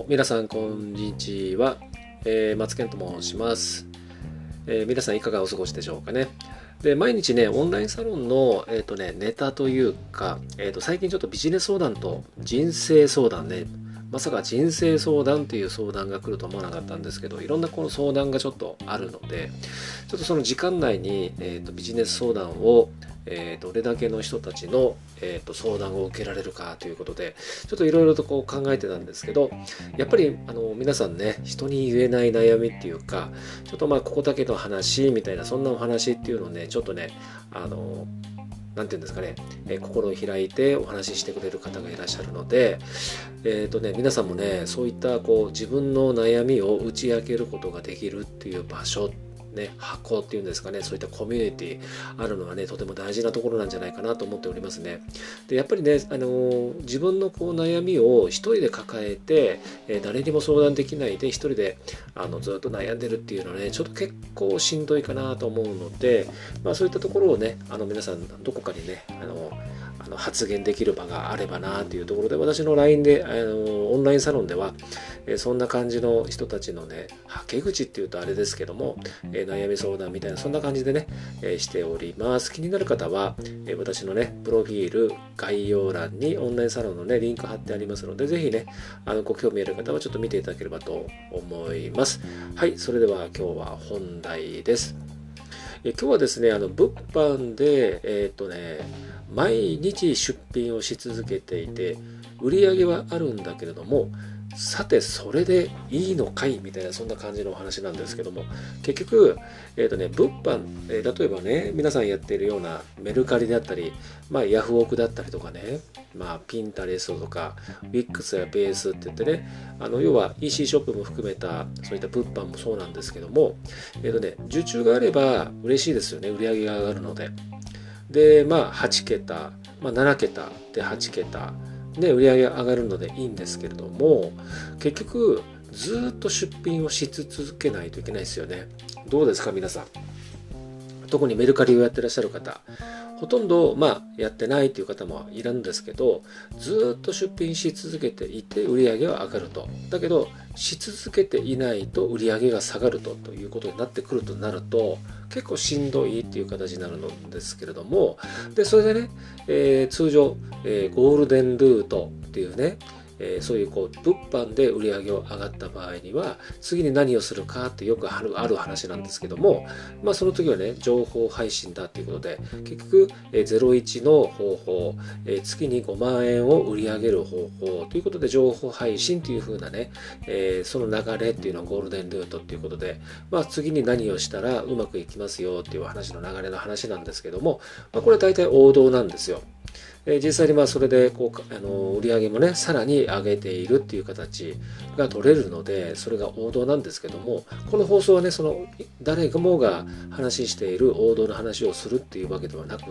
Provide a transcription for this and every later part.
皆さんこんにちは、松健と申します。皆さんいかがお過ごしでしょうかね。で、毎日ね、オンラインサロンの、ネタというか、最近ちょっとビジネス相談と人生相談ね、まさか人生相談という相談が来ると思わなかったんですけど、いろんなこの相談がちょっとあるので、ちょっとその時間内に、ビジネス相談を、どれだけの人たちの、相談を受けられるかということで、ちょっといろいろとこう考えてたんですけど、やっぱり皆さんね、人に言えない悩みっていうか、ちょっとここだけの話みたいな、そんなお話っていうのをね、ちょっとね、なんていうんですかね、心を開いてお話ししてくれる方がいらっしゃるので、皆さんもね、そういったこう自分の悩みを打ち明けることができるっていう場所、箱っていうんですかね、そういったコミュニティあるのはね、とても大事なところなんじゃないかなと思っておりますね。で、やっぱりね、自分のこう悩みを一人で抱えて、誰にも相談できないで一人でずっと悩んでるっていうのはね、ちょっと結構しんどいかなと思うので、そういったところをね、皆さんどこかにね、発言できる場があればなというところで、私の LINE でオンラインサロンではそんな感じの人たちのね、はけ口っていうとあれですけども、悩み相談みたいなそんな感じでね、しております。気になる方は私のねプロフィール概要欄にオンラインサロンのねリンク貼ってありますので、ぜひねご興味ある方はちょっと見ていただければと思います。はい、それでは今日は本題です。今日はですね、物販で毎日出品をし続けていて、売り上げはあるんだけれども、さてそれでいいのかいみたいな、そんな感じのお話なんですけども、結局物販、例えばね、皆さんやっているようなメルカリであったり、ヤフオクだったりとかね、ピンタレストとかウィックスやベースって言ってね、要は EC ショップも含めたそういった物販もそうなんですけども、受注があれば嬉しいですよね。売り上げが上がるので。で、8桁、7桁で8桁で売り上げが上がるのでいいんですけれども、結局ずっと出品をし続けないといけないですよね。どうですか皆さん。特にメルカリをやってらっしゃる方、ほとんどやってないという方もいるんですけど、ずっと出品し続けていて売り上げは上がると。だけどし続けていないと売り上げが下がるということになってくるとなると、結構しんどいっていう形になるんですけれども、でそれでね、通常、ゴールデンルートっていうね、そういう物販で売り上げを上がった場合には次に何をするかってよくある話なんですけども、その時はね、情報配信だっていうことで、結局01の方法、月に5万円を売り上げる方法ということで、情報配信という風なね、その流れっていうのはゴールデンルートっていうことで、次に何をしたらうまくいきますよっていう話の流れの話なんですけども、これは大体王道なんですよ。実際にそれで売り上げもねさらに上げているっていう形が取れるので、それが王道なんですけども、この放送はね、その誰もが話している王道の話をするっていうわけではなくって、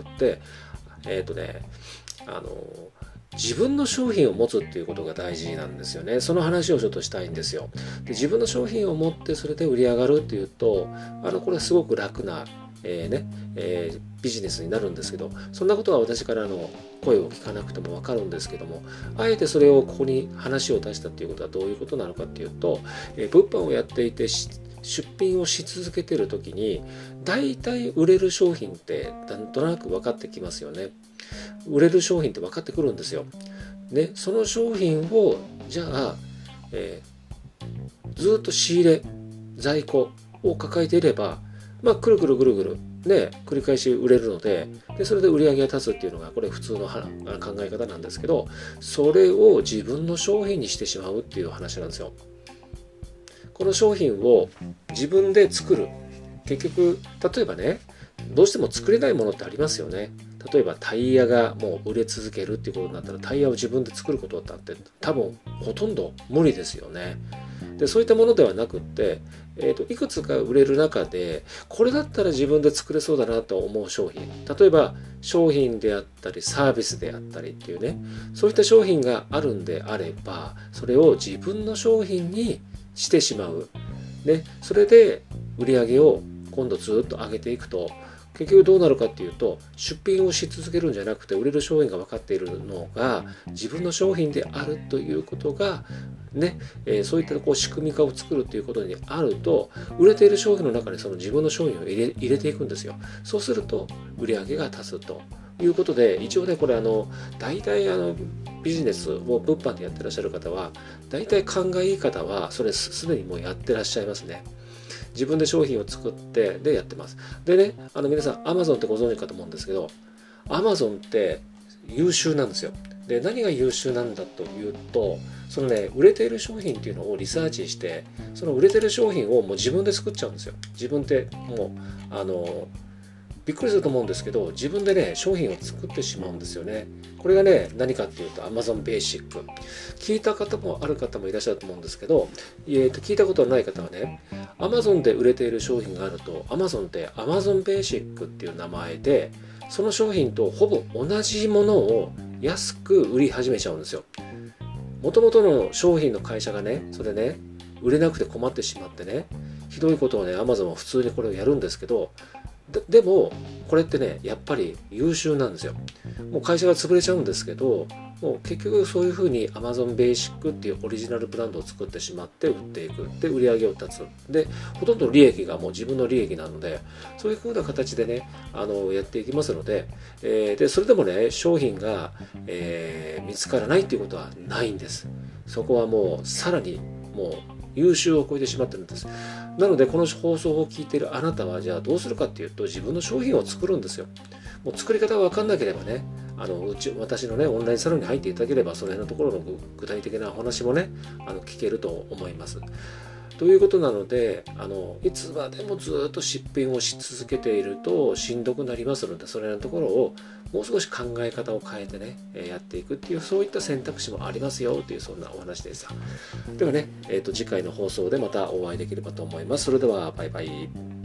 自分の商品を持つっていうことが大事なんですよね。その話をちょっとしたいんですよ。で、自分の商品を持ってそれで売り上がるっていうと、これはすごく楽なビジネスになるんですけど、そんなことは私からの声を聞かなくても分かるんですけども、あえてそれをここに話を出したっていうことはどういうことなのかっていうと、物販をやっていて出品をし続けている時に、大体売れる商品ってなんとなく分かってきますよね。売れる商品って分かってくるんですよ。ね、その商品をじゃあ、ずっと仕入れ在庫を抱えていれば、くるくるぐるぐるね、繰り返し売れるので、それで売り上げが立つっていうのがこれ普通の考え方なんですけど、それを自分の商品にしてしまうっていう話なんですよ。この商品を自分で作る。結局例えばね、どうしても作れないものってありますよね。例えばタイヤがもう売れ続けるっていうことになったら、タイヤを自分で作ることだって多分ほとんど無理ですよね。で、そういったものではなくって、いくつか売れる中で、これだったら自分で作れそうだなと思う商品、例えば商品であったりサービスであったりっていうね、そういった商品があるんであれば、それを自分の商品にしてしまう、ね、それで売り上げを今度ずっと上げていくと、 結局どうなるかっていうと、出品をし続けるんじゃなくて、売れる商品が分かっているのが自分の商品であるということがね、そういった仕組み化を作るということにあると、売れている商品の中にその自分の商品を入れていくんですよ。そうすると売り上げが立つということで、一応ね、これ大体ビジネスを物販でやってらっしゃる方は、大体勘がいい方はそれすでにもうやってらっしゃいますね。自分で商品を作ってでやってます。でね、皆さん Amazon ってご存知かと思うんですけど、Amazon って優秀なんですよ。で、何が優秀なんだというと、そのね、売れている商品っていうのをリサーチして、その売れてる商品をもう自分で作っちゃうんですよ。自分でもうびっくりすると思うんですけど、自分でね、商品を作ってしまうんですよね。これがね、何かっていうと Amazon Basic。聞いた方もある方もいらっしゃると思うんですけど、聞いたことのない方はね、Amazon で売れている商品があると、Amazon って Amazon Basic っていう名前で、その商品とほぼ同じものを安く売り始めちゃうんですよ。もともとの商品の会社がね、それね、売れなくて困ってしまってね、ひどいことをね、Amazon は普通にこれをやるんですけど、でもこれってね、やっぱり優秀なんですよ。もう会社が潰れちゃうんですけど、もう結局そういうふうに Amazon Basic っていうオリジナルブランドを作ってしまって売っていく。で、売り上げを立つ。で、ほとんど利益がもう自分の利益なので、そういうふうな形でね、やっていきますので、で、それでもね、商品が、見つからないっていうことはないんです。そこはもうさらにもう優秀を超えてしまってるんです。なので、この放送を聞いているあなたは、じゃあどうするかっていうと、自分の商品を作るんですよ。もう作り方が分かんなければね、私のね、オンラインサロンに入っていただければ、その辺のところの具体的なお話もね、聞けると思います。ということなので、いつまでもずっと出品をし続けているとしんどくなりますので、それらのところをもう少し考え方を変えてね、やっていくっていう、そういった選択肢もありますよという、そんなお話でした。ではね、次回の放送でまたお会いできればと思います。それでは、バイバイ。